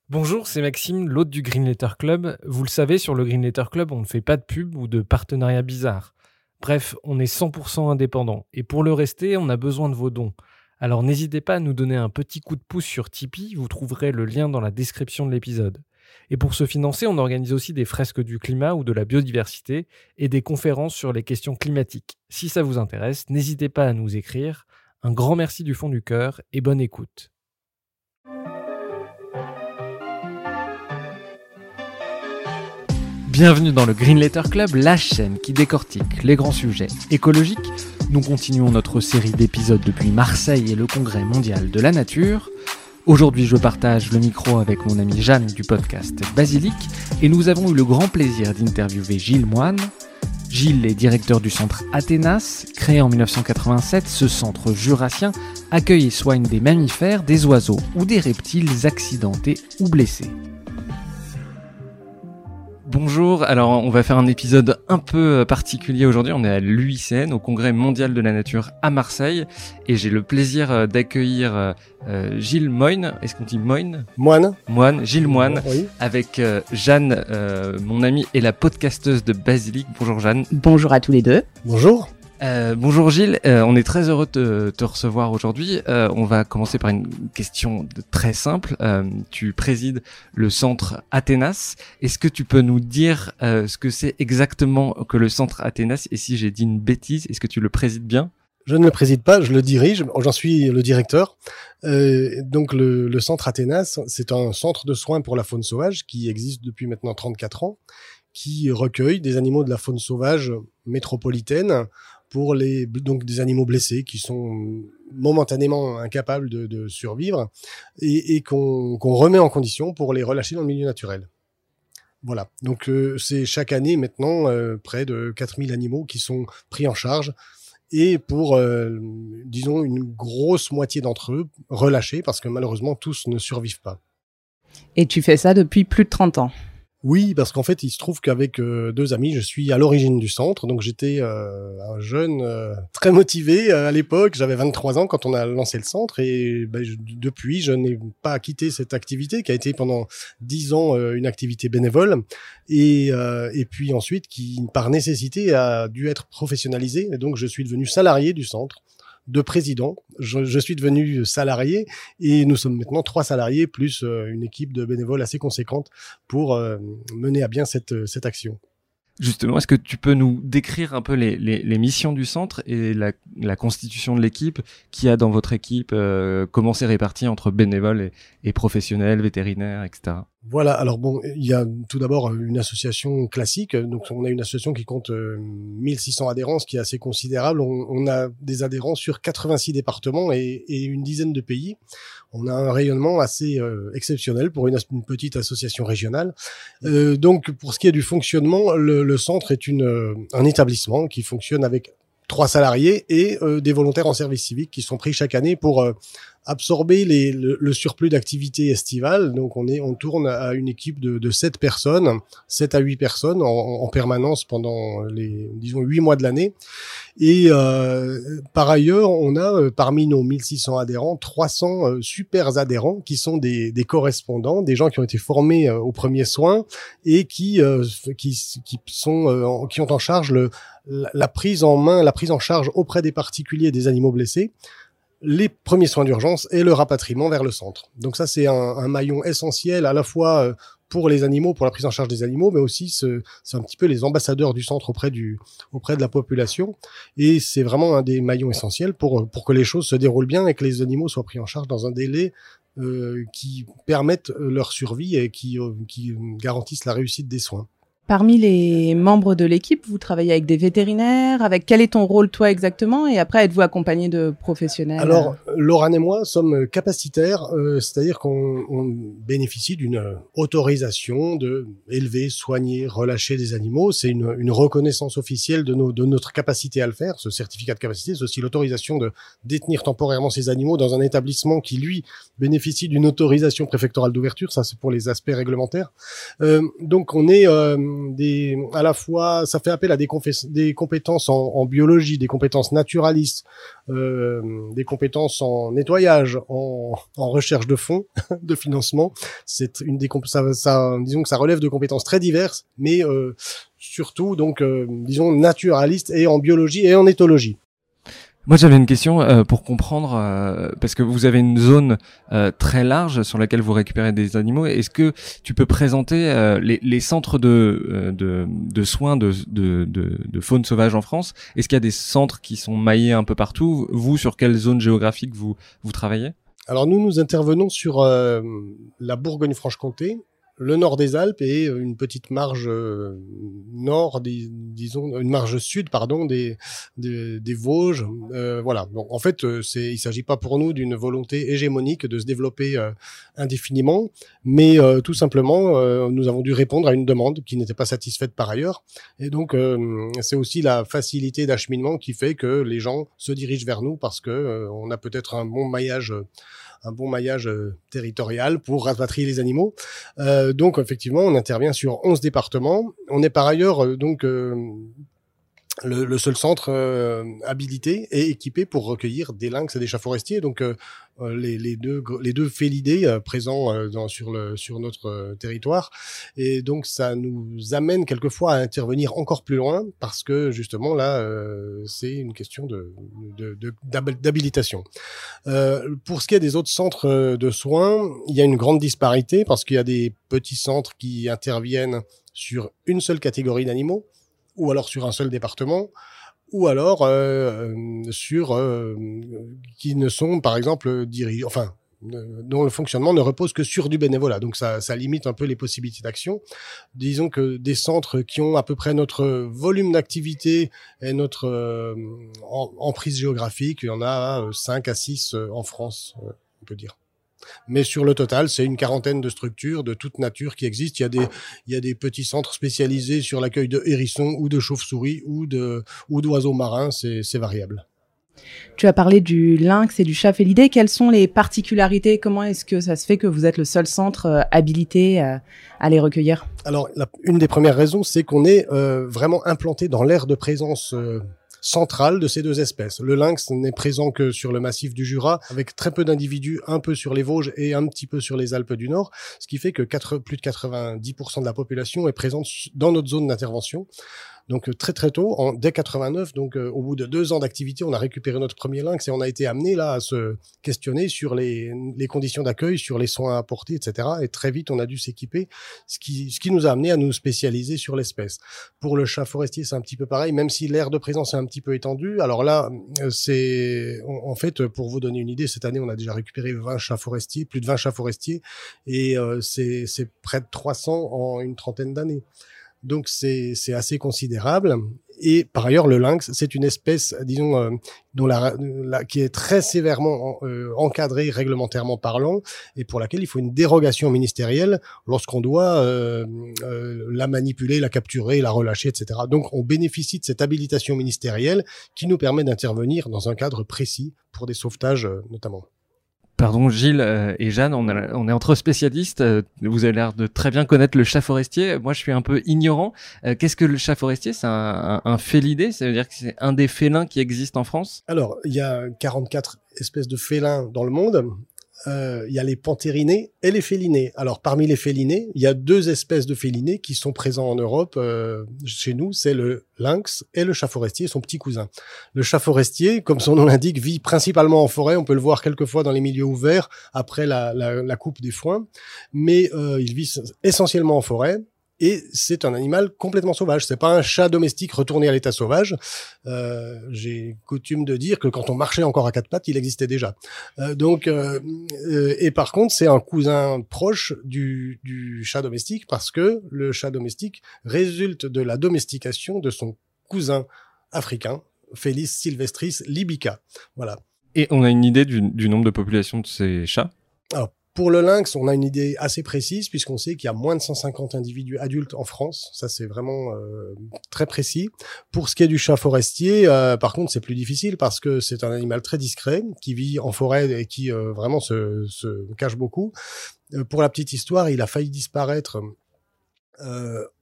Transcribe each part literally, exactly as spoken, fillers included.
Bonjour, c'est Maxime, l'hôte du Green Letter Club. Vous le savez, sur le Green Letter Club, on ne fait pas de pub ou de partenariat bizarre. Bref, on est cent pour cent indépendant. Et pour le rester, on a besoin de vos dons. Alors n'hésitez pas à nous donner un petit coup de pouce sur Tipeee, vous trouverez le lien dans la description de l'épisode. Et pour se financer, on organise aussi des fresques du climat ou de la biodiversité et des conférences sur les questions climatiques. Si ça vous intéresse, n'hésitez pas à nous écrire. Un grand merci du fond du cœur et bonne écoute. Bienvenue dans le Green Letter Club, la chaîne qui décortique les grands sujets écologiques. Nous continuons notre série d'épisodes depuis Marseille et le Congrès mondial de la nature. Aujourd'hui, je partage le micro avec mon amie Jeanne du podcast Basilic et nous avons eu le grand plaisir d'interviewer Gilles Moine. Gilles est directeur du centre Athénas. Créé en dix-neuf cent quatre-vingt-sept, ce centre jurassien accueille et soigne des mammifères, des oiseaux ou des reptiles accidentés ou blessés. Bonjour, alors on va faire un épisode un peu particulier aujourd'hui, on est à l'U I C N, au Congrès mondial de la nature à Marseille, et j'ai le plaisir d'accueillir euh, Gilles Moine, est-ce qu'on dit Moine ? Moine. Moine, Gilles Moine, oui. Avec euh, Jeanne, euh, mon amie et la podcasteuse de Basilic. Bonjour Jeanne. Bonjour à tous les deux. Bonjour. Euh, bonjour Gilles, euh, on est très heureux de te, te recevoir aujourd'hui. Euh, on va commencer par une question de, très simple. Euh, tu présides le centre Athénas. Est-ce que tu peux nous dire euh, ce que c'est exactement que le centre Athénas ? Et si j'ai dit une bêtise, est-ce que tu le présides bien ? Je ne le préside pas, je le dirige. J'en suis le directeur. Euh, donc le, le centre Athénas, c'est un centre de soins pour la faune sauvage qui existe depuis maintenant trente-quatre ans, qui recueille des animaux de la faune sauvage métropolitaine pour les donc des animaux blessés qui sont momentanément incapables de, de survivre et, et qu'on, qu'on remet en condition pour les relâcher dans le milieu naturel. Voilà. Donc euh, c'est chaque année maintenant euh, près de quatre mille animaux qui sont pris en charge et pour euh, disons une grosse moitié d'entre eux relâchés parce que malheureusement tous ne survivent pas. Et tu fais ça depuis plus de trente ans. Oui, parce qu'en fait, il se trouve qu'avec euh, deux amis, je suis à l'origine du centre. Donc, j'étais euh, un jeune euh, très motivé euh, à l'époque. J'avais vingt-trois ans quand on a lancé le centre. Et ben, je, depuis, je n'ai pas quitté cette activité qui a été pendant dix ans euh, une activité bénévole. Et, euh, et puis ensuite, qui, par nécessité, a dû être professionnalisée. Et donc, je suis devenu salarié du centre. De président, je, je suis devenu salarié et nous sommes maintenant trois salariés plus euh, une équipe de bénévoles assez conséquente pour euh, mener à bien cette, cette action. Justement, est-ce que tu peux nous décrire un peu les, les, les missions du centre et la, la constitution de l'équipe qu'il y a dans votre équipe, euh, comment c'est réparti entre bénévoles et, et professionnels, vétérinaires, et cetera. Voilà, alors bon, il y a tout d'abord une association classique, donc on a une association qui compte euh, mille six cents adhérents, ce qui est assez considérable. On, on a des adhérents sur quatre-vingt-six départements et, et une dizaine de pays. On a un rayonnement assez euh, exceptionnel pour une, une petite association régionale. Euh, donc pour ce qui est du fonctionnement, le, le centre est une, euh, un établissement qui fonctionne avec trois salariés et euh, des volontaires en service civique qui sont pris chaque année pour euh, absorber les, le, le surplus d'activités estivales. Donc on est, on tourne à une équipe de, de sept personnes, sept à huit personnes en, en permanence pendant les, disons, huit mois de l'année. Et euh, par ailleurs, on a euh, parmi nos mille six cents adhérents, trois cents euh, super adhérents qui sont des, des correspondants, des gens qui ont été formés euh, aux premiers soins et qui, euh, qui, qui sont, euh, qui ont en charge le, la, la prise en main, la prise en charge auprès des particuliers des animaux blessés, les premiers soins d'urgence et le rapatriement vers le centre. Donc ça, c'est un, un maillon essentiel à la fois euh, pour les animaux, pour la prise en charge des animaux, mais aussi ce, c'est un petit peu les ambassadeurs du centre auprès du, auprès de la population. Et c'est vraiment un des maillons essentiels pour, pour que les choses se déroulent bien et que les animaux soient pris en charge dans un délai euh, qui permette leur survie et qui, euh, qui garantissent la réussite des soins. Parmi les membres de l'équipe, vous travaillez avec des vétérinaires. Avec quel est ton rôle, toi, exactement ? Et après, êtes-vous accompagné de professionnels ? Alors, Laurent et moi sommes capacitaires, euh, c'est-à-dire qu'on on bénéficie d'une autorisation de élever, soigner, relâcher des animaux. C'est une, une reconnaissance officielle de, nos, de notre capacité à le faire. Ce certificat de capacité, c'est aussi l'autorisation de détenir temporairement ces animaux dans un établissement qui, lui, bénéficie d'une autorisation préfectorale d'ouverture. Ça, c'est pour les aspects réglementaires. Euh, donc, on est... Euh, des, à la fois, ça fait appel à des, confé- des compétences en, en biologie, des compétences naturalistes, euh, des compétences en nettoyage, en, en recherche de fonds, de financement. C'est une des comp- ça, ça, disons que ça relève de compétences très diverses, mais euh, surtout donc, euh, disons naturalistes et en biologie et en éthologie. Moi, j'avais une question euh, pour comprendre, euh, parce que vous avez une zone euh, très large sur laquelle vous récupérez des animaux. Est-ce que tu peux présenter euh, les, les centres de, euh, de, de soins de, de, de, de faune sauvage en France? Est-ce qu'il y a des centres qui sont maillés un peu partout? Vous, sur quelle zone géographique vous, vous travaillez? Alors nous, nous intervenons sur euh, la Bourgogne-Franche-Comté, le nord des Alpes et une petite marge euh, nord, dis, disons une marge sud, pardon, des des, des Vosges. Euh, voilà. Donc en fait, euh, c'est, il s'agit pas pour nous d'une volonté hégémonique de se développer euh, indéfiniment, mais euh, tout simplement, euh, nous avons dû répondre à une demande qui n'était pas satisfaite par ailleurs. Et donc, euh, c'est aussi la facilité d'acheminement qui fait que les gens se dirigent vers nous parce que euh, on a peut-être un bon maillage. Euh, un bon maillage euh, territorial pour rapatrier les animaux. Euh, donc, effectivement, on intervient sur onze départements. On est par ailleurs euh, donc euh, le, le seul centre euh, habilité et équipé pour recueillir des lynx et des chats forestiers. Donc, euh, les, les deux les deux félidés euh, présents euh, dans, sur le sur notre euh, territoire. Et donc, ça nous amène quelquefois à intervenir encore plus loin parce que justement là, euh, c'est une question de, de, de d'habilitation. Euh, pour ce qui est des autres centres de soins, il y a une grande disparité parce qu'il y a des petits centres qui interviennent sur une seule catégorie d'animaux, ou alors sur un seul département, ou alors euh, sur euh, qui ne sont par exemple dirigés, enfin euh, dont le fonctionnement ne repose que sur du bénévolat. Donc ça, ça limite un peu les possibilités d'action. Disons que des centres qui ont à peu près notre volume d'activité et notre euh, emprise géographique, il y en a cinq à six en France, on peut dire. Mais sur le total, c'est une quarantaine de structures de toute nature qui existent. Il y a des, il y a des petits centres spécialisés sur l'accueil de hérissons ou de chauves-souris ou de, ou d'oiseaux marins. C'est, c'est variable. Tu as parlé du lynx et du chat félidé. Quelles sont les particularités? Comment est-ce que ça se fait que vous êtes le seul centre euh, habilité euh, à les recueillir? Alors, la, une des premières raisons, c'est qu'on est euh, vraiment implanté dans l'aire de présence euh, centrale de ces deux espèces. Le lynx n'est présent que sur le massif du Jura, avec très peu d'individus, un peu sur les Vosges et un petit peu sur les Alpes du Nord, ce qui fait que quatre, plus de quatre-vingt-dix pour cent de la population est présente dans notre zone d'intervention. Donc très très tôt, en, dès quatre-vingt-neuf, donc euh, au bout de deux ans d'activité, on a récupéré notre premier lynx et on a été amené là à se questionner sur les, les conditions d'accueil, sur les soins à apporter, et cetera. Et très vite, on a dû s'équiper, ce qui, ce qui nous a amené à nous spécialiser sur l'espèce. Pour le chat forestier, c'est un petit peu pareil, même si l'aire de présence est un petit peu étendue. Alors là, c'est en, en fait, pour vous donner une idée, cette année, on a déjà récupéré vingt chats forestiers, plus de vingt chats forestiers, et euh, c'est, c'est près de trois cents en une trentaine d'années. Donc c'est c'est assez considérable. Et par ailleurs, le lynx, c'est une espèce, disons, euh, dont la, la qui est très sévèrement euh, encadrée réglementairement parlant, et pour laquelle il faut une dérogation ministérielle lorsqu'on doit euh, euh, la manipuler, la capturer, la relâcher, et cetera. Donc on bénéficie de cette habilitation ministérielle qui nous permet d'intervenir dans un cadre précis pour des sauvetages euh, notamment. Pardon, Gilles euh, et Jeanne, on, a, on est entre spécialistes. Euh, vous avez l'air de très bien connaître le chat forestier. Moi, je suis un peu ignorant. Euh, qu'est-ce que le chat forestier? C'est un, un, un félidé? Ça veut dire que c'est un des félins qui existent en France? Alors, il y a quarante-quatre espèces de félins dans le monde. Euh, il y a les panthérinés et les félinés. Alors, parmi les félinés, il y a deux espèces de félinés qui sont présents en Europe. Euh, chez nous, c'est le lynx et le chat forestier, son petit cousin. Le chat forestier, comme son nom l'indique, vit principalement en forêt. On peut le voir quelquefois dans les milieux ouverts après la, la, la coupe des foins. Mais euh, il vit essentiellement en forêt. Et c'est un animal complètement sauvage. C'est pas un chat domestique retourné à l'état sauvage. Euh, j'ai coutume de dire que quand on marchait encore à quatre pattes, il existait déjà. Euh, donc, euh, euh, et par contre, c'est un cousin proche du, du chat domestique parce que le chat domestique résulte de la domestication de son cousin africain, Felis sylvestris libica. Voilà. Et on a une idée du, du nombre de population de ces chats? Alors, pour le lynx, on a une idée assez précise puisqu'on sait qu'il y a moins de cent cinquante individus adultes en France. Ça, c'est vraiment euh, très précis. Pour ce qui est du chat forestier, euh, par contre, c'est plus difficile parce que c'est un animal très discret qui vit en forêt et qui euh, vraiment se, se cache beaucoup. Euh, pour la petite histoire, il a failli disparaître euh,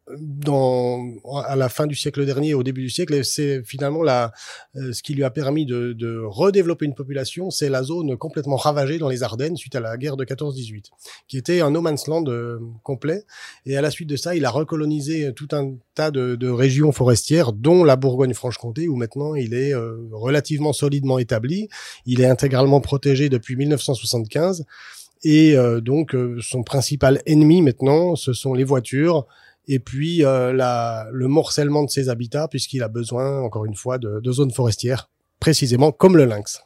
dans, à la fin du siècle dernier, au début du siècle, c'est finalement la, euh, ce qui lui a permis de, de redévelopper une population, c'est la zone complètement ravagée dans les Ardennes suite à la guerre de quatorze dix-huit, qui était un no man's land euh, complet. Et à la suite de ça, il a recolonisé tout un tas de, de régions forestières, dont la Bourgogne-Franche-Comté, où maintenant il est euh, relativement solidement établi. Il est intégralement protégé depuis mille neuf cent soixante-quinze. Et euh, donc, euh, son principal ennemi maintenant, ce sont les voitures, et puis euh, la, le morcellement de ses habitats, puisqu'il a besoin, encore une fois, de, de zones forestières, précisément comme le lynx.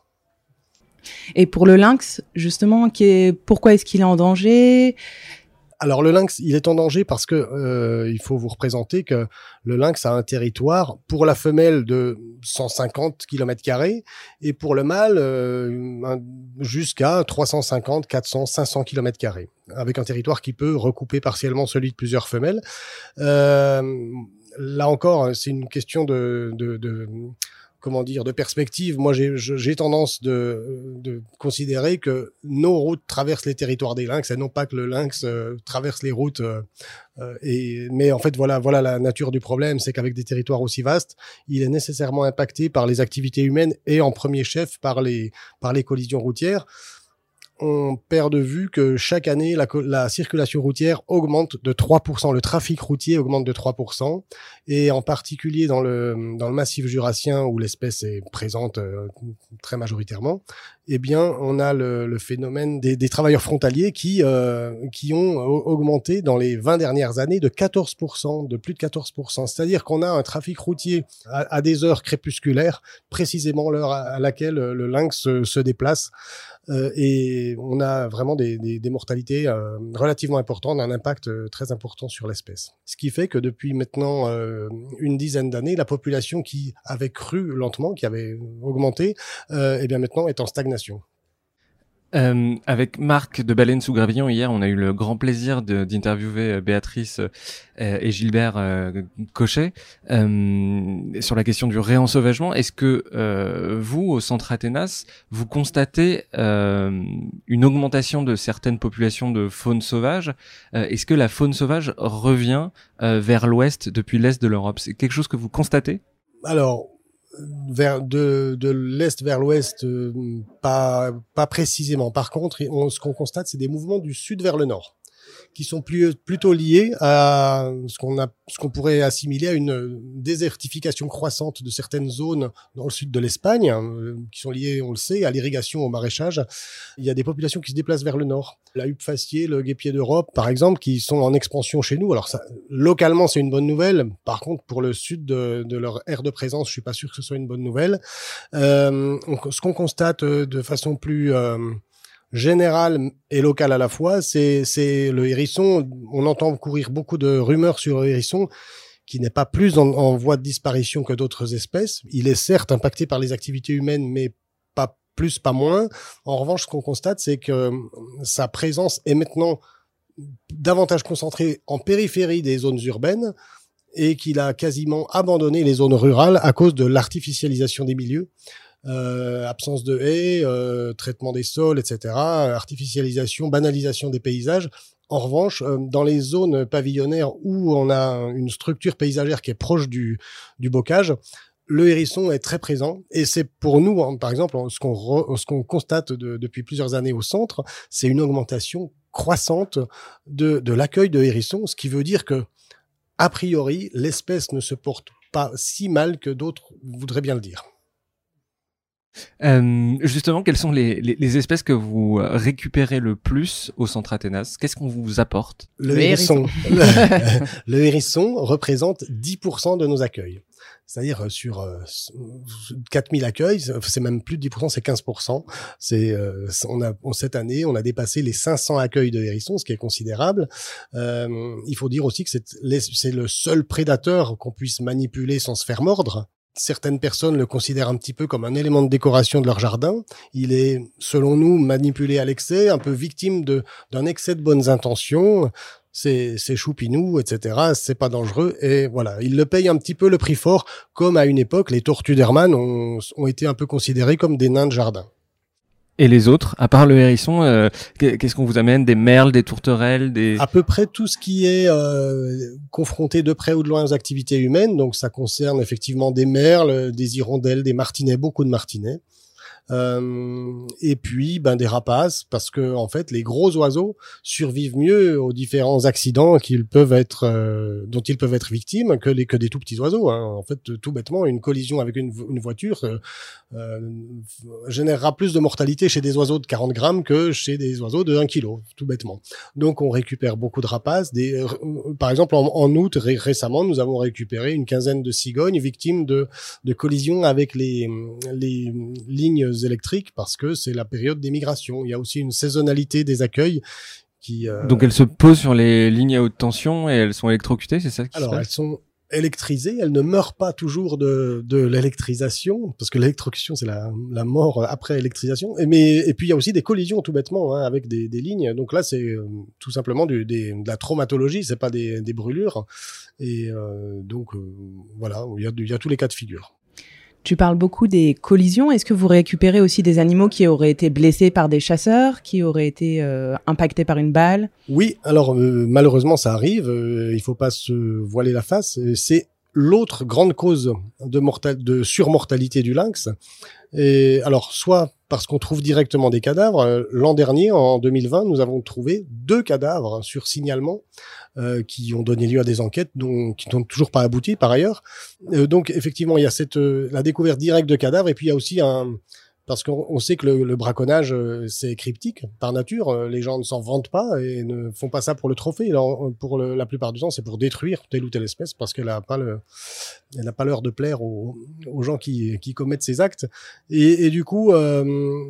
Et pour le lynx, justement, qui est, pourquoi est-ce qu'il est en danger ? Alors le lynx, il est en danger parce que euh, il faut vous représenter que le lynx a un territoire pour la femelle de cent cinquante kilomètres carrés et pour le mâle euh, jusqu'à trois cent cinquante, quatre cents, cinq cents kilomètres carrés, avec un territoire qui peut recouper partiellement celui de plusieurs femelles. Euh, là encore, c'est une question de, de, de comment dire, de perspective. Moi, j'ai, j'ai tendance de, de considérer que nos routes traversent les territoires des lynx et non pas que le lynx euh, traverse les routes. Euh, euh, et, mais en fait, voilà, voilà la nature du problème, c'est qu'avec des territoires aussi vastes, il est nécessairement impacté par les activités humaines et en premier chef par les, par les collisions routières. On perd de vue que chaque année, la, la circulation routière augmente de trois pour cent. Le trafic routier augmente de trois pour cent. Et en particulier dans le, dans le massif jurassien où l'espèce est présente euh, très majoritairement, eh bien, on a le, le phénomène des, des travailleurs frontaliers qui, euh, qui ont augmenté dans les vingt dernières années de quatorze pour cent, de plus de quatorze pour cent. C'est-à-dire qu'on a un trafic routier à, à des heures crépusculaires, précisément l'heure à, à laquelle le lynx se, se déplace. Euh, et on a vraiment des, des, des mortalités euh, relativement importantes, un impact euh, très important sur l'espèce. Ce qui fait que depuis maintenant euh, une dizaine d'années, la population qui avait cru lentement, qui avait augmenté, euh, et bien maintenant est en stagnation. Euh, avec Marc de Baleine sous Gravillon, hier, on a eu le grand plaisir de, d'interviewer Béatrice euh, et Gilbert euh, Cochet euh, sur la question du réensauvagement. Est-ce que euh, vous, au Centre Athénas, vous constatez euh, une augmentation de certaines populations de faune sauvage ? euh, Est-ce que la faune sauvage revient euh, vers l'ouest depuis l'est de l'Europe ? C'est quelque chose que vous constatez ? Alors, vers de de l'est vers l'ouest, euh, pas pas précisément. Par contre, on, ce qu'on constate, c'est des mouvements du sud vers le nord, qui sont plus, plutôt liés à ce qu'on a, ce qu'on pourrait assimiler à une désertification croissante de certaines zones dans le sud de l'Espagne, hein, qui sont liées, on le sait, à l'irrigation, au maraîchage. Il y a des populations qui se déplacent vers le nord. La huppe faciée, le guêpier d'Europe, par exemple, qui sont en expansion chez nous. Alors ça, localement, c'est une bonne nouvelle. Par contre, pour le sud de, de leur aire de présence, je suis pas sûr que ce soit une bonne nouvelle. Euh, on, ce qu'on constate de façon plus euh, général et local à la fois, c'est, c'est le hérisson. On entend courir beaucoup de rumeurs sur le hérisson, qui n'est pas plus en, en voie de disparition que d'autres espèces. Il est certes impacté par les activités humaines, mais pas plus, pas moins. En revanche, ce qu'on constate, c'est que sa présence est maintenant davantage concentrée en périphérie des zones urbaines et qu'il a quasiment abandonné les zones rurales à cause de l'artificialisation des milieux. Euh, absence de haies, euh, traitement des sols, et cetera, artificialisation, banalisation des paysages. En revanche, euh, dans les zones pavillonnaires où on a une structure paysagère qui est proche du, du bocage, le hérisson est très présent. Et c'est pour nous, hein, par exemple, ce qu'on, re, ce qu'on constate de, depuis plusieurs années au centre, c'est une augmentation croissante de, de l'accueil de hérissons, ce qui veut dire que, a priori, l'espèce ne se porte pas si mal que d'autres voudraient bien le dire. Euh, justement, quelles sont les, les, les espèces que vous récupérez le plus au Centre Athénas ? Qu'est-ce qu'on vous apporte ? Le, le hérisson. le, le hérisson représente dix pour cent de nos accueils. C'est-à-dire sur euh, quatre mille accueils, c'est même plus de dix pour cent, c'est quinze pour cent. C'est, euh, on a, cette année, on a dépassé les cinq cents accueils de hérissons, ce qui est considérable. Euh, il faut dire aussi que c'est, c'est le seul prédateur qu'on puisse manipuler sans se faire mordre. Certaines personnes le considèrent un petit peu comme un élément de décoration de leur jardin. Il est, selon nous, manipulé à l'excès, un peu victime de, d'un excès de bonnes intentions. C'est, c'est choupinou, et cetera. C'est pas dangereux. Et voilà, il le paye un petit peu le prix fort, comme à une époque, les tortues d'Hermann ont, ont été un peu considérées comme des nains de jardin. Et les autres, à part le hérisson, euh, qu'est-ce qu'on vous amène? Des merles, des tourterelles, des... À peu près tout ce qui est euh, confronté de près ou de loin aux activités humaines. Donc ça concerne effectivement des merles, des hirondelles, des martinets, beaucoup de martinets. Euh, et puis ben des rapaces, parce que en fait les gros oiseaux survivent mieux aux différents accidents qu'ils peuvent être euh, dont ils peuvent être victimes que les que des tout petits oiseaux, hein. En fait, tout bêtement, une collision avec une, une voiture euh, euh, générera plus de mortalité chez des oiseaux de quarante grammes que chez des oiseaux de un kilo, tout bêtement. Donc on récupère beaucoup de rapaces. Des, euh, par exemple en, en août ré récemment, nous avons récupéré une quinzaine de cigognes victimes de de collisions avec les les lignes électriques, parce que c'est la période des migrations. Il y a aussi une saisonnalité des accueils qui... Euh... Donc elles se posent sur les lignes à haute tension et elles sont électrocutées, c'est ça qui Alors se passe? Elles sont électrisées, elles ne meurent pas toujours de, de l'électrisation, parce que l'électrocution c'est la, la mort après électrisation. Et, mais, et puis il y a aussi des collisions tout bêtement, hein, avec des, des lignes. Donc là c'est euh, tout simplement du, des, de la traumatologie, c'est pas des, des brûlures. Et euh, donc euh, voilà, il y, a, il y a tous les cas de figure. Tu parles beaucoup des collisions. Est-ce que vous récupérez aussi des animaux qui auraient été blessés par des chasseurs, qui auraient été euh, impactés par une balle? Oui, alors euh, malheureusement ça arrive, euh, il faut pas se voiler la face. C'est l'autre grande cause de, mortal de surmortalité du lynx. Et alors, soit parce qu'on trouve directement des cadavres. L'an dernier, en deux mille vingt, nous avons trouvé deux cadavres sur signalement euh, qui ont donné lieu à des enquêtes dont, qui n'ont toujours pas abouti par ailleurs. Euh, donc, effectivement, il y a cette euh, la découverte directe de cadavres, et puis il y a aussi un... Parce qu'on on sait que le, le braconnage, euh, c'est cryptique par nature. Euh, les gens ne s'en vantent pas et ne font pas ça pour le trophée. Alors, pour le, la plupart du temps, c'est pour détruire telle ou telle espèce, parce qu'elle n'a pas le, elle n'a pas l'heure de plaire aux, aux gens qui, qui commettent ces actes. Et, et du coup, euh,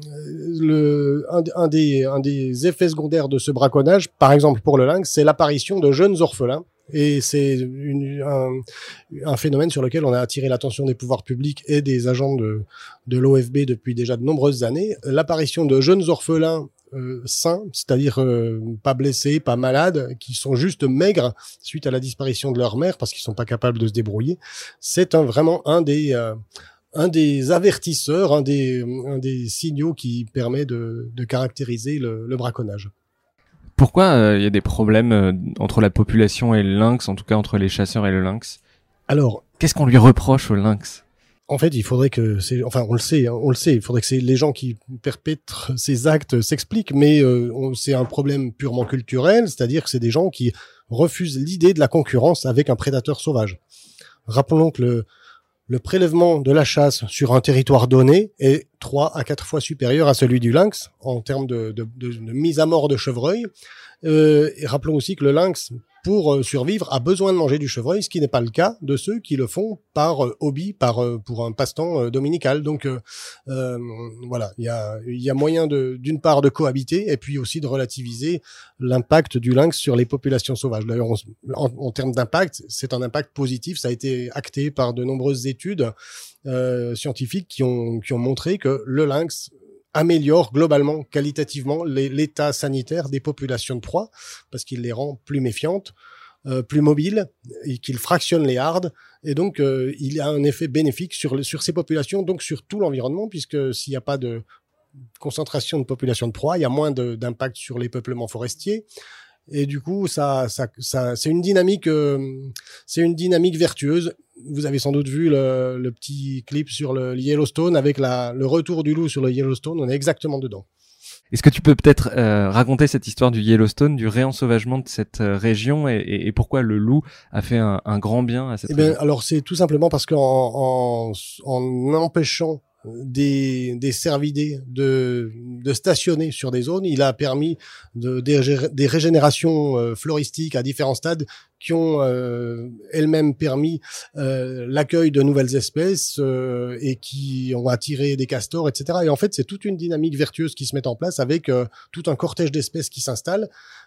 le, un, un des, un des effets secondaires de ce braconnage, par exemple pour le lynx, c'est l'apparition de jeunes orphelins. Et c'est une, un, un phénomène sur lequel on a attiré l'attention des pouvoirs publics et des agents de, de l'O F B depuis déjà de nombreuses années. L'apparition de jeunes orphelins euh, sains, c'est-à-dire euh, pas blessés, pas malades, qui sont juste maigres suite à la disparition de leur mère parce qu'ils sont pas capables de se débrouiller, c'est un, vraiment un des... Euh, un des avertisseurs, un des, un des signaux qui permet de, de caractériser le, le braconnage. Pourquoi il euh, y a des problèmes euh, entre la population et le lynx, en tout cas entre les chasseurs et le lynx? Alors, qu'est-ce qu'on lui reproche au lynx? En fait, il faudrait que c'est, enfin, on le sait, hein, on le sait, il faudrait que c'est les gens qui perpètrent ces actes s'expliquent, mais euh, on, c'est un problème purement culturel, c'est-à-dire que c'est des gens qui refusent l'idée de la concurrence avec un prédateur sauvage. Rappelons que le Le prélèvement de la chasse sur un territoire donné est trois à quatre fois supérieur à celui du lynx en termes de, de, de, de mise à mort de chevreuil. Euh, et rappelons aussi que le lynx, pour survivre, a besoin de manger du chevreuil, ce qui n'est pas le cas de ceux qui le font par euh, hobby, par euh, pour un passe-temps euh, dominical. Donc euh, euh, voilà, il y a, il y a moyen de, d'une part de cohabiter et puis aussi de relativiser l'impact du lynx sur les populations sauvages. D'ailleurs, on, en, en termes d'impact, c'est un impact positif. Ça a été acté par de nombreuses études euh, scientifiques qui ont qui ont montré que le lynx améliore globalement, qualitativement, les, l'état sanitaire des populations de proies, parce qu'il les rend plus méfiantes, euh, plus mobiles, et qu'il fractionne les hardes, et donc euh, il a un effet bénéfique sur, le, sur ces populations, donc sur tout l'environnement, puisque s'il n'y a pas de concentration de populations de proies, il y a moins de, d'impact sur les peuplements forestiers, et du coup, ça, ça, ça, c'est une dynamique, euh, c'est une dynamique vertueuse. Vous avez sans doute vu le, le petit clip sur le Yellowstone avec la, le retour du loup sur le Yellowstone. On est exactement dedans. Est-ce que tu peux peut-être euh, raconter cette histoire du Yellowstone, du réensauvagement de cette euh, région et, et, et pourquoi le loup a fait un, un grand bien à cette eh région? bien, alors c'est tout simplement parce qu'en en, en empêchant des, des cervidés de, de stationner sur des zones, il a permis de, des, des régénérations euh, floristiques à différents stades qui ont euh, elles-mêmes permis euh, l'accueil de nouvelles espèces euh, et qui ont attiré des castors, et cetera. Et en fait, c'est toute une dynamique vertueuse qui se met en place avec euh, tout un cortège d'espèces qui s'installent,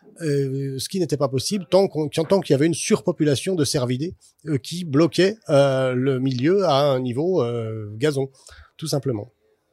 euh, ce qui n'était pas possible tant, qu'on, tant qu'il y avait une surpopulation de cervidés euh, qui bloquait euh, le milieu à un niveau euh, gazon. Tout simplement.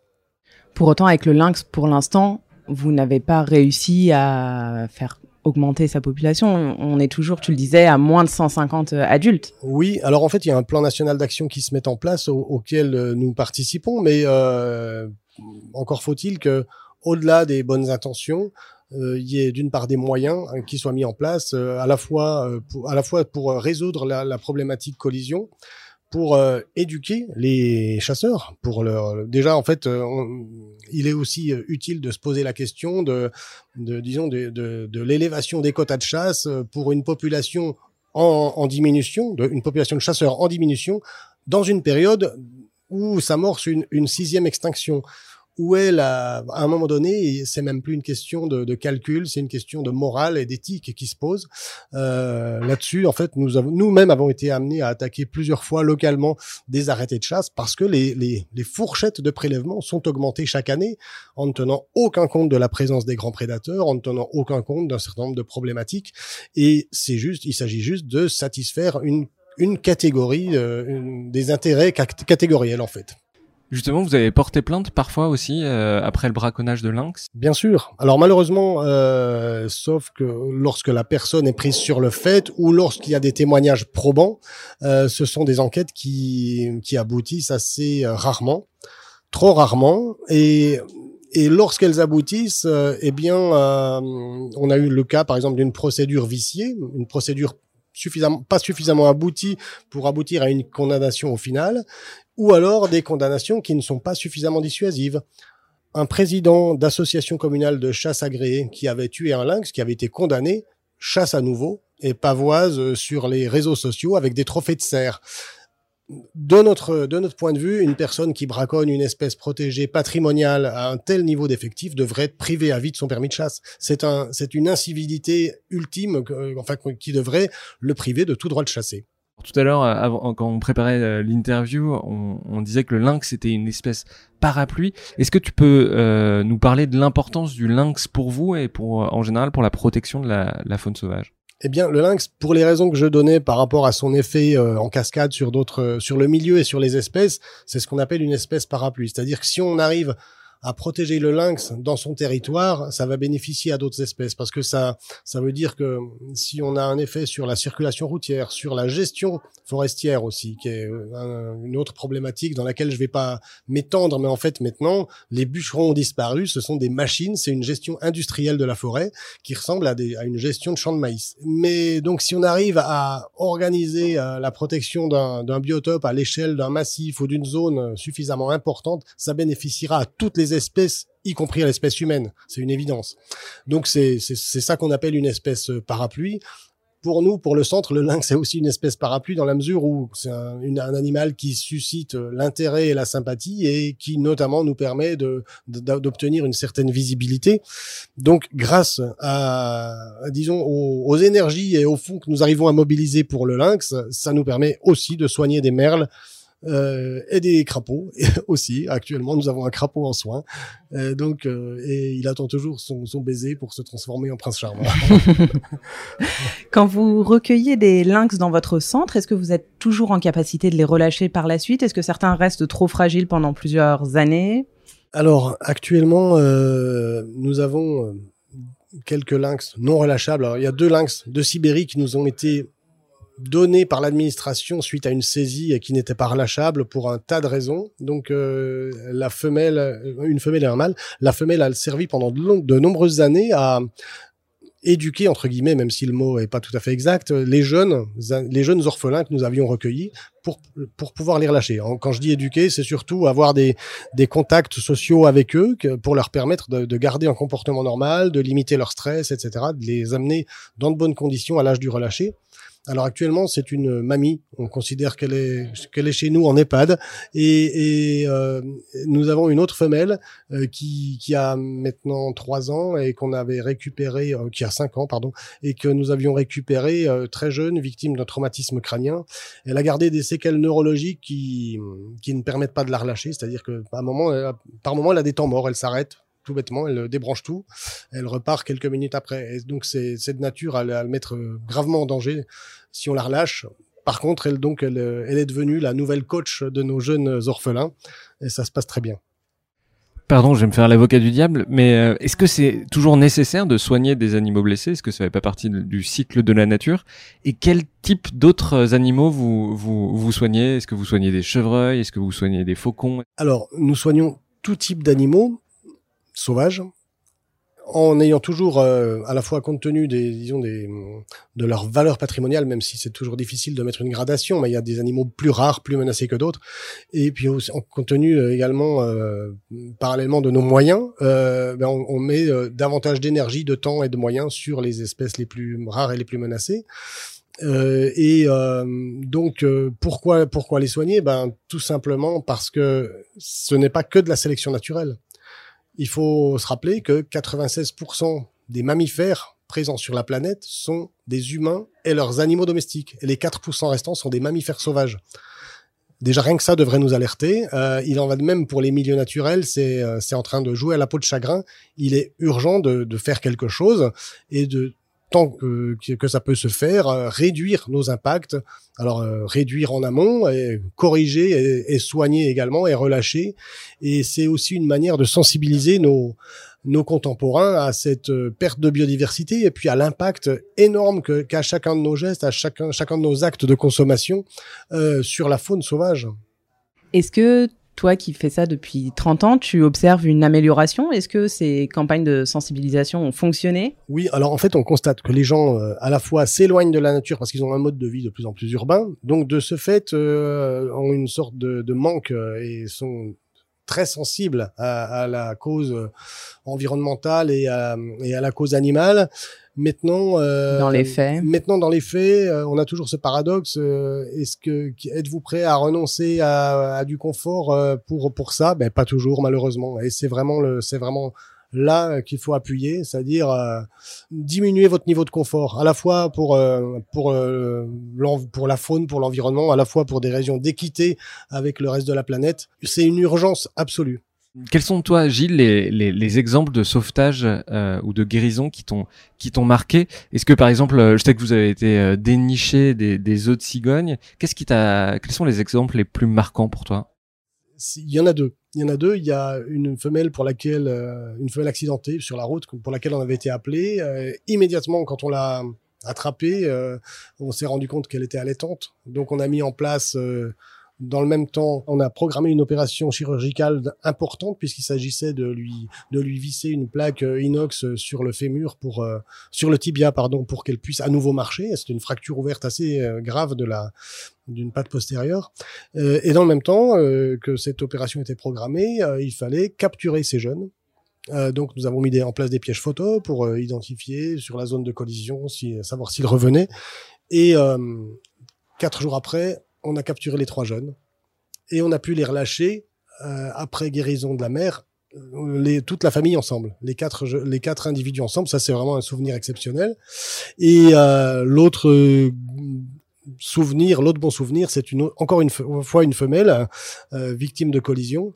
Pour autant, avec le lynx, pour l'instant, vous n'avez pas réussi à faire augmenter sa population. On est toujours, tu le disais, à moins de cent cinquante adultes. Oui, alors en fait, il y a un plan national d'action qui se met en place au, auquel nous participons, mais euh, encore faut-il que au-delà des bonnes intentions, euh, il y ait d'une part des moyens hein, qui soient mis en place, euh, à la fois euh, pour, à la fois pour résoudre la, la problématique collision, pour euh, éduquer les chasseurs. Pour leur déjà en fait, euh, on, il est aussi utile de se poser la question de, de disons de, de, de l'élévation des quotas de chasse pour une population en, en diminution, de, une population de chasseurs en diminution dans une période où s'amorce une, une sixième extinction. Où est la, à un moment donné, c'est même plus une question de, de calcul, c'est une question de morale et d'éthique qui se pose. Euh, là-dessus, en fait, nous avons, nous-mêmes avons été amenés à attaquer plusieurs fois localement des arrêtés de chasse parce que les, les, les fourchettes de prélèvement sont augmentées chaque année en ne tenant aucun compte de la présence des grands prédateurs, en ne tenant aucun compte d'un certain nombre de problématiques. Et c'est juste, il s'agit juste de satisfaire une, une catégorie, euh, une, des intérêts catégoriels, en fait. Justement, vous avez porté plainte parfois aussi euh, après le braconnage de lynx? Bien sûr. Alors malheureusement, euh, sauf que lorsque la personne est prise sur le fait ou lorsqu'il y a des témoignages probants, euh, ce sont des enquêtes qui, qui aboutissent assez euh, rarement, trop rarement. Et, et lorsqu'elles aboutissent, euh, eh bien, euh, on a eu le cas par exemple d'une procédure viciée, une procédure suffisamment, pas suffisamment aboutie pour aboutir à une condamnation au final, ou alors des condamnations qui ne sont pas suffisamment dissuasives. Un président d'association communale de chasse agréée qui avait tué un lynx, qui avait été condamné, chasse à nouveau et pavoise sur les réseaux sociaux avec des trophées de cerf. De notre, de notre point de vue, une personne qui braconne une espèce protégée patrimoniale à un tel niveau d'effectif devrait être privée à vie de son permis de chasse. C'est un, c'est une incivilité ultime, euh, enfin, qui devrait le priver de tout droit de chasser. Tout à l'heure, avant, quand on préparait l'interview, on, on disait que le lynx était une espèce parapluie. Est-ce que tu peux euh, nous parler de l'importance du lynx pour vous et pour, en général, pour la protection de la, la faune sauvage? Eh bien, le lynx, pour les raisons que je donnais par rapport à son effet euh, en cascade sur d'autres, euh, sur le milieu et sur les espèces, c'est ce qu'on appelle une espèce parapluie. C'est-à-dire que si on arrive à protéger le lynx dans son territoire, ça va bénéficier à d'autres espèces parce que ça, ça veut dire que si on a un effet sur la circulation routière, sur la gestion forestière aussi, qui est un, une autre problématique dans laquelle je vais pas m'étendre, mais en fait maintenant, les bûcherons ont disparu, ce sont des machines, c'est une gestion industrielle de la forêt qui ressemble à, des, à une gestion de champs de maïs. Mais donc si on arrive à organiser euh, la protection d'un, d'un biotope à l'échelle d'un massif ou d'une zone suffisamment importante, ça bénéficiera à toutes les espèces, y compris à l'espèce humaine. C'est une évidence. Donc c'est, c'est, c'est ça qu'on appelle une espèce parapluie. Pour nous, pour le centre, le lynx est aussi une espèce parapluie dans la mesure où c'est un, une, un animal qui suscite l'intérêt et la sympathie et qui notamment nous permet de, de, d'obtenir une certaine visibilité. Donc grâce à, à disons, aux, aux énergies et aux fonds que nous arrivons à mobiliser pour le lynx, ça nous permet aussi de soigner des merles Euh, et des crapauds et aussi. Actuellement, nous avons un crapaud en soins, euh, donc euh, et il attend toujours son, son baiser pour se transformer en prince charmant. Quand vous recueillez des lynx dans votre centre, est-ce que vous êtes toujours en capacité de les relâcher par la suite? Est-ce que certains restent trop fragiles pendant plusieurs années? Alors actuellement, euh, nous avons euh, quelques lynx non relâchables. Alors il y a deux lynx de Sibérie qui nous ont été donné par l'administration suite à une saisie et qui n'était pas relâchable pour un tas de raisons. Donc euh, la femelle, une femelle et un mâle, la femelle a servi pendant de, long, de nombreuses années à éduquer, entre guillemets, même si le mot est pas tout à fait exact, les jeunes, les jeunes orphelins que nous avions recueillis pour, pour pouvoir les relâcher. Quand je dis éduquer, c'est surtout avoir des, des contacts sociaux avec eux que, pour leur permettre de, de garder un comportement normal, de limiter leur stress, et cetera, de les amener dans de bonnes conditions à l'âge du relâché. Alors actuellement, c'est une mamie. On considère qu'elle est qu'elle est chez nous en EHPAD et, et euh, nous avons une autre femelle euh, qui qui a maintenant trois ans et qu'on avait récupéré, euh, qui a cinq ans pardon, et que nous avions récupéré euh, très jeune, victime d'un traumatisme crânien. Elle a gardé des séquelles neurologiques qui qui ne permettent pas de la relâcher. C'est-à-dire que par moment, elle a, par moment, elle a des temps morts, elle s'arrête. Tout bêtement, elle débranche tout, elle repart quelques minutes après. Et donc c'est, c'est de nature à, à le mettre gravement en danger si on la relâche. Par contre, elle donc elle, elle est devenue la nouvelle coach de nos jeunes orphelins et ça se passe très bien. Pardon, je vais me faire l'avocat du diable, mais euh, est-ce que c'est toujours nécessaire de soigner des animaux blessés? Est-ce que ça fait pas partie du cycle de la nature? Et quel type d'autres animaux vous vous vous soignez? Est-ce que vous soignez des chevreuils? Est-ce que vous soignez des faucons? Alors, nous soignons tout type d'animaux. sauvages, en ayant toujours, euh, à la fois compte tenu des, disons, des, de leur valeur patrimoniale, même si c'est toujours difficile de mettre une gradation, mais il y a des animaux plus rares, plus menacés que d'autres, et puis aussi, en compte tenu euh, également, euh, parallèlement de nos moyens, euh, ben on, on met euh, davantage d'énergie, de temps et de moyens sur les espèces les plus rares et les plus menacées. Euh, et euh, donc, euh, pourquoi, pourquoi les soigner? Ben, tout simplement parce que ce n'est pas que de la sélection naturelle. Il faut se rappeler que quatre-vingt-seize pour cent des mammifères présents sur la planète sont des humains et leurs animaux domestiques. Et les quatre pour cent restants sont des mammifères sauvages. Déjà, rien que ça devrait nous alerter. Euh, il en va de même pour les milieux naturels. C'est, euh, c'est en train de jouer à la peau de chagrin. Il est urgent de, de faire quelque chose et de, tant que, que ça peut se faire, euh, réduire nos impacts. Alors, euh, réduire en amont, et corriger et, et soigner également et relâcher. Et c'est aussi une manière de sensibiliser nos, nos contemporains à cette euh, perte de biodiversité et puis à l'impact énorme que, qu'a chacun de nos gestes, à chacun, chacun de nos actes de consommation euh, sur la faune sauvage. Est-ce que toi qui fais ça depuis trente ans, tu observes une amélioration? Est-ce que ces campagnes de sensibilisation ont fonctionné? Oui, alors en fait, on constate que les gens, euh, à la fois, s'éloignent de la nature parce qu'ils ont un mode de vie de plus en plus urbain, donc de ce fait, euh, ont une sorte de, de manque euh, et sont très sensibles à, à la cause environnementale et à, et à la cause animale. Maintenant, euh, dans les faits, maintenant dans les faits, euh, on a toujours ce paradoxe. Euh, est-ce que êtes-vous prêt à renoncer à, à du confort euh, pour pour ça? Ben pas toujours, malheureusement. Et c'est vraiment le, c'est vraiment là qu'il faut appuyer, c'est-à-dire euh, diminuer votre niveau de confort, à la fois pour euh, pour euh, pour la faune, pour l'environnement, à la fois pour des raisons d'équité avec le reste de la planète. C'est une urgence absolue. Quels sont, toi, Gilles, les, les, les exemples de sauvetage euh, ou de guérison qui t'ont qui t'ont marqué? Est-ce que, par exemple, je sais que vous avez été euh, dénicher des, des œufs de cigogne. Qu'est-ce qui t'a Quels sont les exemples les plus marquants pour toi? Il y en a deux. Il y en a deux. Il y a une femelle pour laquelle, euh, une femelle accidentée sur la route, pour laquelle on avait été appelé. Euh, immédiatement, quand on l'a attrapée, euh, on s'est rendu compte qu'elle était allaitante. Donc, on a mis en place, euh, dans le même temps, on a programmé une opération chirurgicale importante puisqu'il s'agissait de lui, de lui visser une plaque inox sur le fémur pour, euh, sur le tibia, pardon, pour qu'elle puisse à nouveau marcher. C'est une fracture ouverte assez euh, grave de la, d'une patte postérieure. Euh, et dans le même temps euh, que cette opération était programmée, euh, il fallait capturer ces jeunes. Euh, donc nous avons mis des, en place des pièges photos pour euh, identifier sur la zone de collision, si, savoir s'ils revenaient. Et euh, quatre jours après, on a capturé les trois jeunes et on a pu les relâcher euh, après guérison de la mère, les, toute la famille ensemble, les quatre, les quatre individus ensemble. Ça, c'est vraiment un souvenir exceptionnel. Et euh, l'autre euh, souvenir, l'autre bon souvenir, c'est une, encore une fois une femelle euh, victime de collision.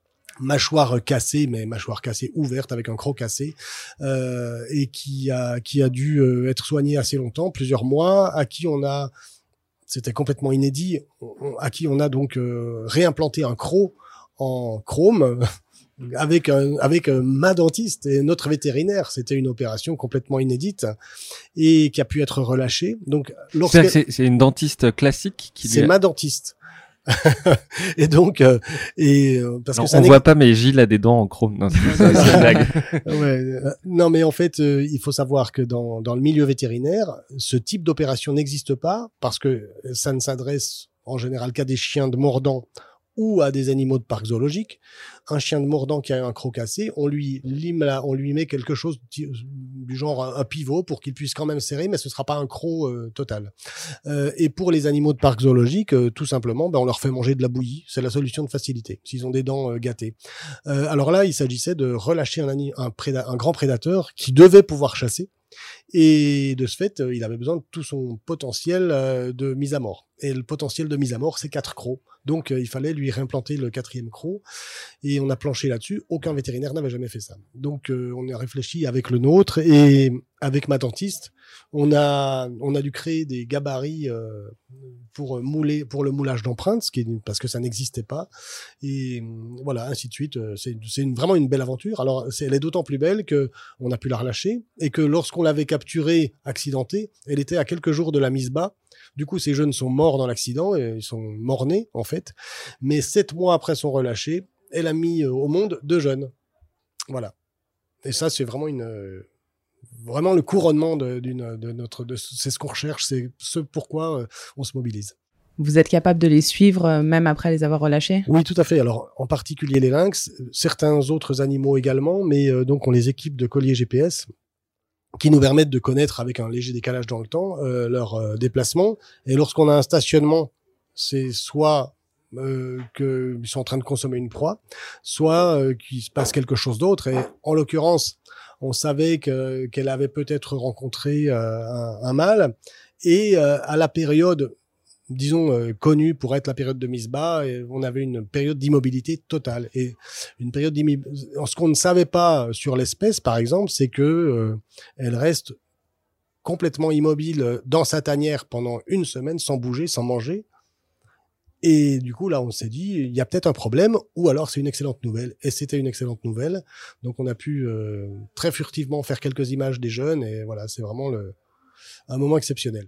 Mâchoire cassée, mais mâchoire cassée ouverte avec un croc cassé, euh, et qui a qui a dû euh, être soignée assez longtemps, plusieurs mois, à qui on a, c'était complètement inédit, on, à qui on a donc euh, réimplanté un croc en chrome avec un avec un, ma dentiste et notre vétérinaire. C'était une opération complètement inédite et qui a pu être relâchée. Donc lorsque c'est, c'est une dentiste classique qui c'est ma dentiste. Et donc euh, et euh, parce non, que ça on voit pas, mais Gilles a des dents en chrome. Non, c'est, c'est une blague. Ouais, non, mais en fait, euh, il faut savoir que dans dans le milieu vétérinaire, ce type d'opération n'existe pas parce que ça ne s'adresse en général qu'à des chiens de mordant ou à des animaux de parc zoologique. Un chien de mordant qui a un croc cassé, on lui lime là, on lui met quelque chose du genre un, un pivot pour qu'il puisse quand même serrer, mais ce sera pas un croc euh, total. Euh, et pour les animaux de parc zoologique, euh, tout simplement, ben on leur fait manger de la bouillie. C'est la solution de facilité s'ils ont des dents euh, gâtées. Euh, alors là, il s'agissait de relâcher un, un, préda- un grand prédateur qui devait pouvoir chasser. Et de ce fait, il avait besoin de tout son potentiel de mise à mort. Et le potentiel de mise à mort, c'est quatre crocs. Donc, il fallait lui réimplanter le quatrième croc. Et on a planché là-dessus. Aucun vétérinaire n'avait jamais fait ça. Donc, on a réfléchi avec le nôtre et avec ma dentiste. On a, on a dû créer des gabarits euh, pour mouler, pour le moulage d'empreintes, ce qui est, parce que ça n'existait pas. Et voilà, ainsi de suite. C'est, c'est une, vraiment une belle aventure. Alors, c'est, elle est d'autant plus belle que on a pu la relâcher et que lorsqu'on l'avait capturée accidentée, elle était à quelques jours de la mise bas. Du coup, ces jeunes sont morts dans l'accident et ils sont morts-nés, en fait. Mais sept mois après son relâché, elle a mis au monde deux jeunes. Voilà. Et ça, c'est vraiment une, euh, vraiment le couronnement de, d'une, de notre, de, c'est ce qu'on recherche, c'est ce pourquoi euh, on se mobilise. Vous êtes capable de les suivre euh, même après les avoir relâchés? Oui, tout à fait. Alors, en particulier les lynx, certains autres animaux également, mais euh, donc on les équipe de colliers G P S qui nous permettent de connaître avec un léger décalage dans le temps euh, leur euh, déplacement. Et lorsqu'on a un stationnement, c'est soit euh, qu'ils sont en train de consommer une proie, soit euh, qu'il se passe quelque chose d'autre. Et en l'occurrence, on savait que, qu'elle avait peut-être rencontré euh, un, un mâle. Et euh, à la période, disons, euh, connue pour être la période de mise bas, et on avait une période d'immobilité totale. Et une période d'immobilité... Ce qu'on ne savait pas sur l'espèce, par exemple, c'est que euh, elle reste complètement immobile dans sa tanière pendant une semaine, sans bouger, sans manger. Et du coup, là, on s'est dit, il y a peut-être un problème, ou alors c'est une excellente nouvelle. Et c'était une excellente nouvelle. Donc, on a pu euh, très furtivement faire quelques images des jeunes, et voilà, c'est vraiment le, un moment exceptionnel.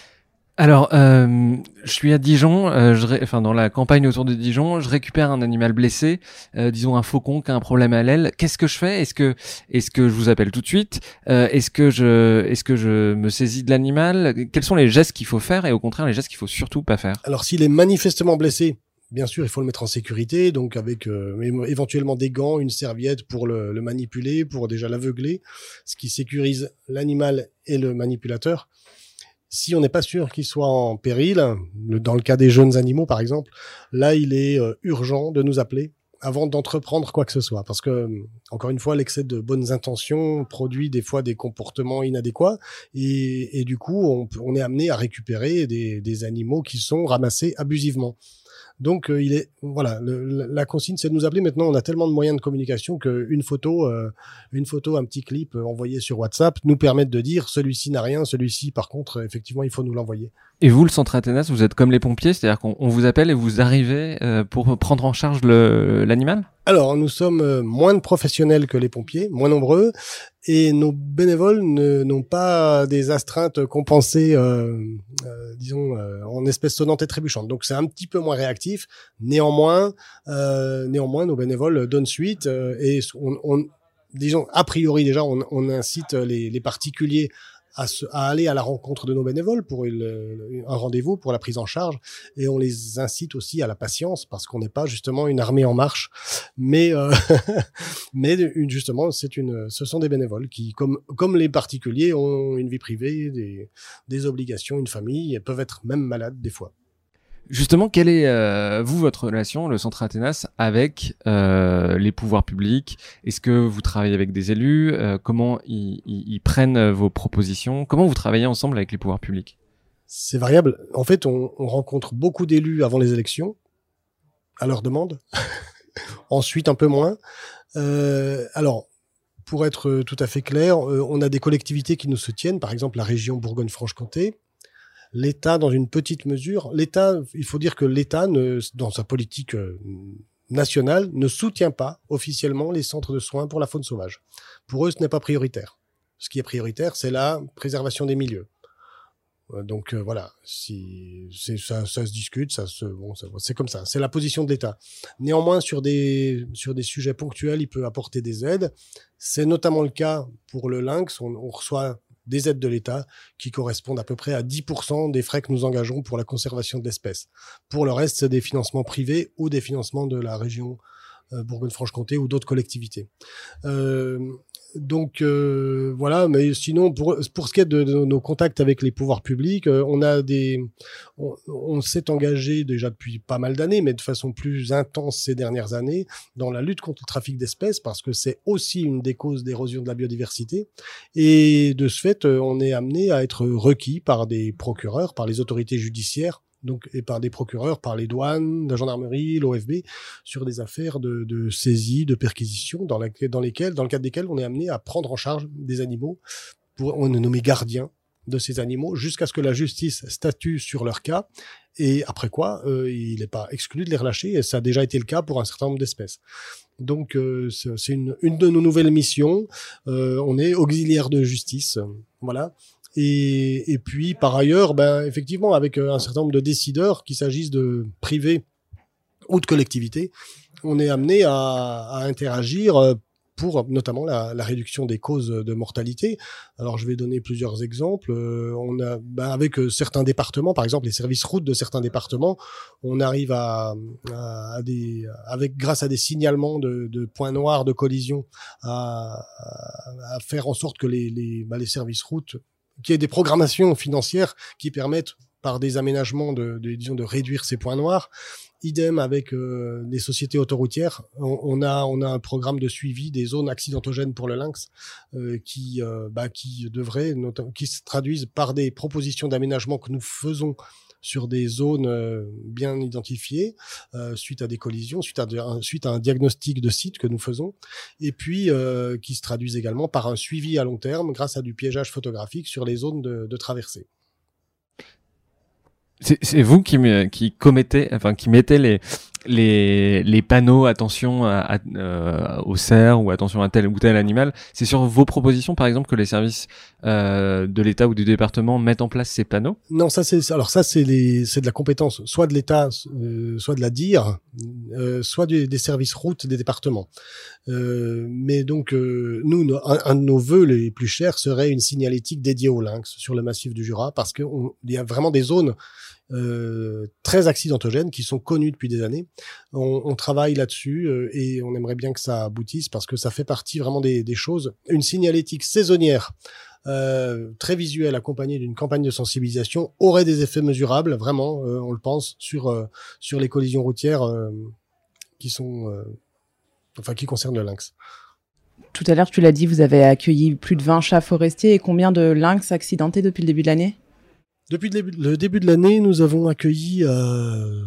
Alors, euh, je suis à Dijon, euh, je ré... enfin dans la campagne autour de Dijon, je récupère un animal blessé, euh, disons un faucon qui a un problème à l'aile. Qu'est-ce que je fais? Est-ce que, est-ce que je vous appelle tout de suite? euh, Est-ce que je, est-ce que je me saisis de l'animal? Quels sont les gestes qu'il faut faire et au contraire les gestes qu'il faut surtout pas faire? Alors, s'il est manifestement blessé, bien sûr, il faut le mettre en sécurité, donc avec euh, éventuellement des gants, une serviette pour le, le manipuler, pour déjà l'aveugler, ce qui sécurise l'animal et le manipulateur. Si on n'est pas sûr qu'il soit en péril, dans le cas des jeunes animaux par exemple, là il est euh, urgent de nous appeler avant d'entreprendre quoi que ce soit. Parce que, encore une fois, l'excès de bonnes intentions produit des fois des comportements inadéquats et, et du coup on, on est amené à récupérer des, des animaux qui sont ramassés abusivement. Donc euh, il est voilà le, la consigne c'est de nous appeler. Maintenant on a tellement de moyens de communication qu'une photo euh, une photo un petit clip euh, envoyé sur WhatsApp nous permettent de dire celui-ci n'a rien, celui-ci par contre effectivement il faut nous l'envoyer. Et vous, le Centre Athénas, vous êtes comme les pompiers, c'est-à-dire qu'on on vous appelle et vous arrivez euh, pour prendre en charge le, l'animal? Alors, nous sommes moins de professionnels que les pompiers, moins nombreux, et nos bénévoles ne, n'ont pas des astreintes compensées, euh, euh, disons, euh, en espèces sonnantes et trébuchantes. Donc, c'est un petit peu moins réactif. Néanmoins, euh, néanmoins, nos bénévoles donnent suite euh, et on, on, disons, a priori déjà, on, on incite les, les particuliers À, se, à aller à la rencontre de nos bénévoles pour une, un rendez-vous, pour la prise en charge. Et on les incite aussi à la patience parce qu'on n'est pas justement une armée en marche, mais, euh, mais une, justement, c'est une, ce sont des bénévoles qui, comme, comme les particuliers, ont une vie privée, des, des obligations, une famille, et peuvent être même malades des fois. Justement, quelle est, euh, vous, votre relation, le Centre Athénas, avec euh, les pouvoirs publics? Est-ce que vous travaillez avec des élus? euh, Comment ils, ils, ils prennent vos propositions? Comment vous travaillez ensemble avec les pouvoirs publics? C'est variable. En fait, on, on rencontre beaucoup d'élus avant les élections, à leur demande. Ensuite, un peu moins. Euh, alors, pour être tout à fait clair, euh, on a des collectivités qui nous soutiennent, par exemple la région Bourgogne-Franche-Comté. L'État, dans une petite mesure, l'État, il faut dire que l'État, ne, dans sa politique euh, nationale, ne soutient pas officiellement les centres de soins pour la faune sauvage. Pour eux, ce n'est pas prioritaire. Ce qui est prioritaire, c'est la préservation des milieux. Euh, donc euh, voilà, si c'est ça, ça se discute, ça se, bon, ça, c'est comme ça. C'est la position de l'État. Néanmoins, sur des sur des sujets ponctuels, il peut apporter des aides. C'est notamment le cas pour le lynx. On, on reçoit des aides de l'État qui correspondent à peu près à dix pour cent des frais que nous engageons pour la conservation de l'espèce. Pour le reste, c'est des financements privés ou des financements de la région euh, Bourgogne-Franche-Comté ou d'autres collectivités. Euh, donc euh, voilà, mais sinon pour pour ce qui est de, de nos contacts avec les pouvoirs publics, euh, on a des on, on s'est engagé déjà depuis pas mal d'années, mais de façon plus intense ces dernières années dans la lutte contre le trafic d'espèces parce que c'est aussi une des causes d'érosion de la biodiversité et de ce fait on est amené à être requis par des procureurs, par les autorités judiciaires. Donc, et par des procureurs, par les douanes, la gendarmerie, l'O F B, sur des affaires de, de saisie, de perquisition, dans, la, dans lesquelles, dans le cadre desquelles on est amené à prendre en charge des animaux, pour, on est nommé gardien de ces animaux, jusqu'à ce que la justice statue sur leur cas, et après quoi, euh, il n'est pas exclu de les relâcher, et ça a déjà été le cas pour un certain nombre d'espèces. Donc, euh, c'est une, une de nos nouvelles missions. Euh, on est auxiliaire de justice, voilà. Et, et puis, par ailleurs, ben, effectivement, avec un certain nombre de décideurs, qu'il s'agisse de privés ou de collectivités, on est amené à, à interagir pour notamment la, la réduction des causes de mortalité. Alors je vais donner plusieurs exemples. Euh, on a, ben, avec euh, certains départements, par exemple les services routes de certains départements, on arrive à, à, à des, avec grâce à des signalements de, de points noirs de collision, à, à, à faire en sorte que les, les, ben, les services routes, qu'il y ait des programmations financières qui permettent par des aménagements de, de, disons, de réduire ces points noirs. Idem avec euh, les sociétés autoroutières. On, on a on a un programme de suivi des zones accidentogènes pour le lynx euh, qui euh, bah, qui devrait notamment qui se traduisent par des propositions d'aménagement que nous faisons sur des zones euh, bien identifiées euh, suite à des collisions, suite à de, suite à un diagnostic de site que nous faisons, et puis euh, qui se traduisent également par un suivi à long terme grâce à du piégeage photographique sur les zones de, de traversée. C'est, c'est vous qui, qui commettez, enfin qui mettez les les les panneaux attention à, à, euh, au cerf ou attention à tel ou tel animal. C'est sur vos propositions, par exemple, que les services euh, de l'État ou du département mettent en place ces panneaux? Non, ça c'est alors ça c'est les c'est de la compétence, soit de l'État, euh, soit de la D I R, euh, soit du, des services routes des départements. Euh, mais donc euh, nous, no, un, un de nos vœux les plus chers serait une signalétique dédiée au lynx sur le massif du Jura, parce que on, il y a vraiment des zones Euh, très accidentogènes qui sont connus depuis des années. On, on travaille là-dessus euh, et on aimerait bien que ça aboutisse parce que ça fait partie vraiment des, des choses. Une signalétique saisonnière euh, très visuelle accompagnée d'une campagne de sensibilisation aurait des effets mesurables, vraiment, euh, on le pense, sur euh, sur les collisions routières euh, qui sont, euh, enfin, qui concernent le lynx. Tout à l'heure, tu l'as dit, vous avez accueilli plus de vingt chats forestiers et combien de lynx accidentés depuis le début de l'année ? Depuis le début, le début de l'année, nous avons accueilli euh,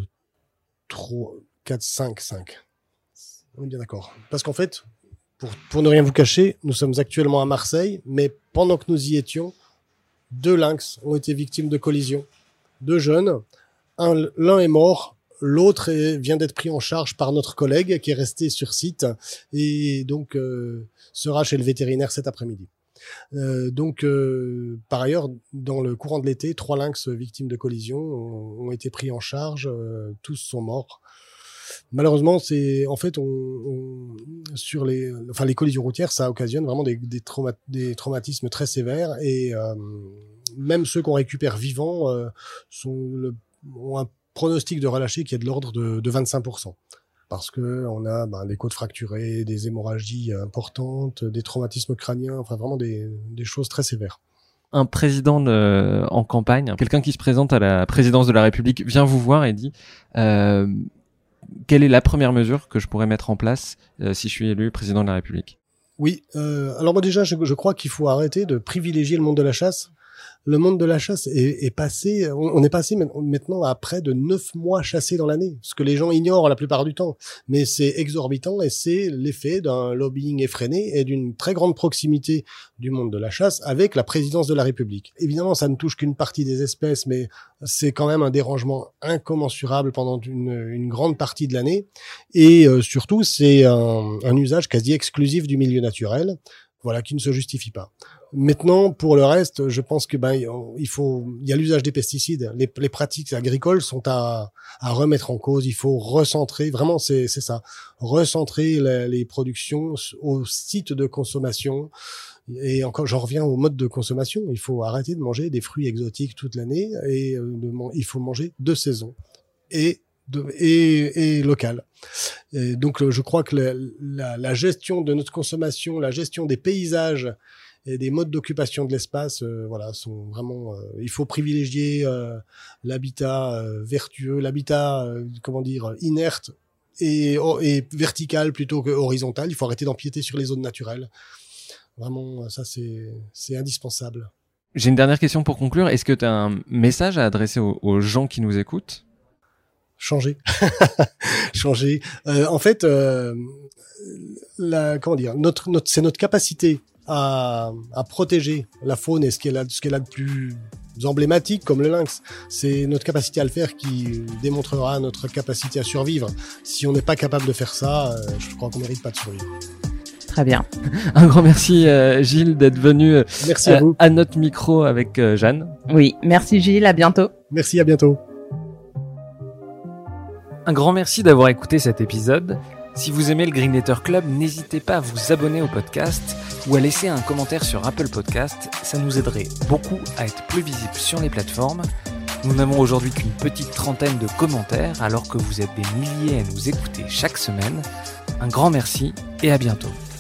trois, quatre, cinq, cinq. On est bien d'accord. Parce qu'en fait, pour, pour ne rien vous cacher, nous sommes actuellement à Marseille, mais pendant que nous y étions, deux lynx ont été victimes de collisions. Deux jeunes. Un, l'un est mort, l'autre est, vient d'être pris en charge par notre collègue qui est resté sur site et donc euh, sera chez le vétérinaire cet après-midi. Euh, donc, euh, par ailleurs, dans le courant de l'été, trois lynx victimes de collision ont, ont été pris en charge. Euh, tous sont morts. Malheureusement, c'est en fait, on, on, sur les, enfin, les collisions routières, ça occasionne vraiment des, des, trauma, des traumatismes très sévères et euh, même ceux qu'on récupère vivants euh, sont le, ont un pronostic de relâcher qui est de l'ordre de, de vingt-cinq pour cent. Parce que on a ben, des côtes fracturées, des hémorragies importantes, des traumatismes crâniens, enfin vraiment des, des choses très sévères. Un président de, en campagne, quelqu'un qui se présente à la présidence de la République vient vous voir et dit euh, quelle est la première mesure que je pourrais mettre en place euh, si je suis élu président de la République ? Oui, euh, alors moi déjà je, je crois qu'il faut arrêter de privilégier le monde de la chasse. Le monde de la chasse est, est passé, on, on est passé maintenant à près de neuf mois chassés dans l'année, ce que les gens ignorent la plupart du temps. Mais c'est exorbitant et c'est l'effet d'un lobbying effréné et d'une très grande proximité du monde de la chasse avec la présidence de la République. Évidemment, ça ne touche qu'une partie des espèces, mais c'est quand même un dérangement incommensurable pendant une, une grande partie de l'année. Et euh, surtout, c'est un, un usage quasi exclusif du milieu naturel, voilà, qui ne se justifie pas. Maintenant, pour le reste, je pense que ben il faut, il y a l'usage des pesticides. Les, les pratiques agricoles sont à, à remettre en cause. Il faut recentrer, vraiment, c'est, c'est ça, recentrer les, les productions au site de consommation. Et encore, j'en reviens au mode de consommation. Il faut arrêter de manger des fruits exotiques toute l'année et de, il faut manger de saison et de, et, et local. Et donc, je crois que la, la, la gestion de notre consommation, la gestion des paysages et des modes d'occupation de l'espace, euh, voilà, sont vraiment. Euh, il faut privilégier euh, l'habitat euh, vertueux, l'habitat, euh, comment dire, inerte et, et vertical plutôt que horizontal. Il faut arrêter d'empiéter sur les zones naturelles. Vraiment, ça c'est c'est indispensable. J'ai une dernière question pour conclure. Est-ce que tu as un message à adresser aux, aux gens qui nous écoutent ? Changer, changer. Euh, en fait, euh, la, comment dire, notre, notre, c'est notre capacité à, à protéger la faune et ce qu'elle a, ce qu'elle a de plus emblématique, comme le lynx. C'est notre capacité à le faire qui démontrera notre capacité à survivre. Si on n'est pas capable de faire ça, euh, je crois qu'on mérite pas de survivre. Très bien. Un grand merci euh, Gilles d'être venu euh, merci à, vous. à notre micro avec euh, Jeanne. Oui, merci Gilles, à bientôt. Merci, à bientôt. Un grand merci d'avoir écouté cet épisode. Si vous aimez le Green Letter Club, n'hésitez pas à vous abonner au podcast ou à laisser un commentaire sur Apple Podcast. Ça nous aiderait beaucoup à être plus visible sur les plateformes. Nous n'avons aujourd'hui qu'une petite trentaine de commentaires alors que vous êtes des milliers à nous écouter chaque semaine. Un grand merci et à bientôt.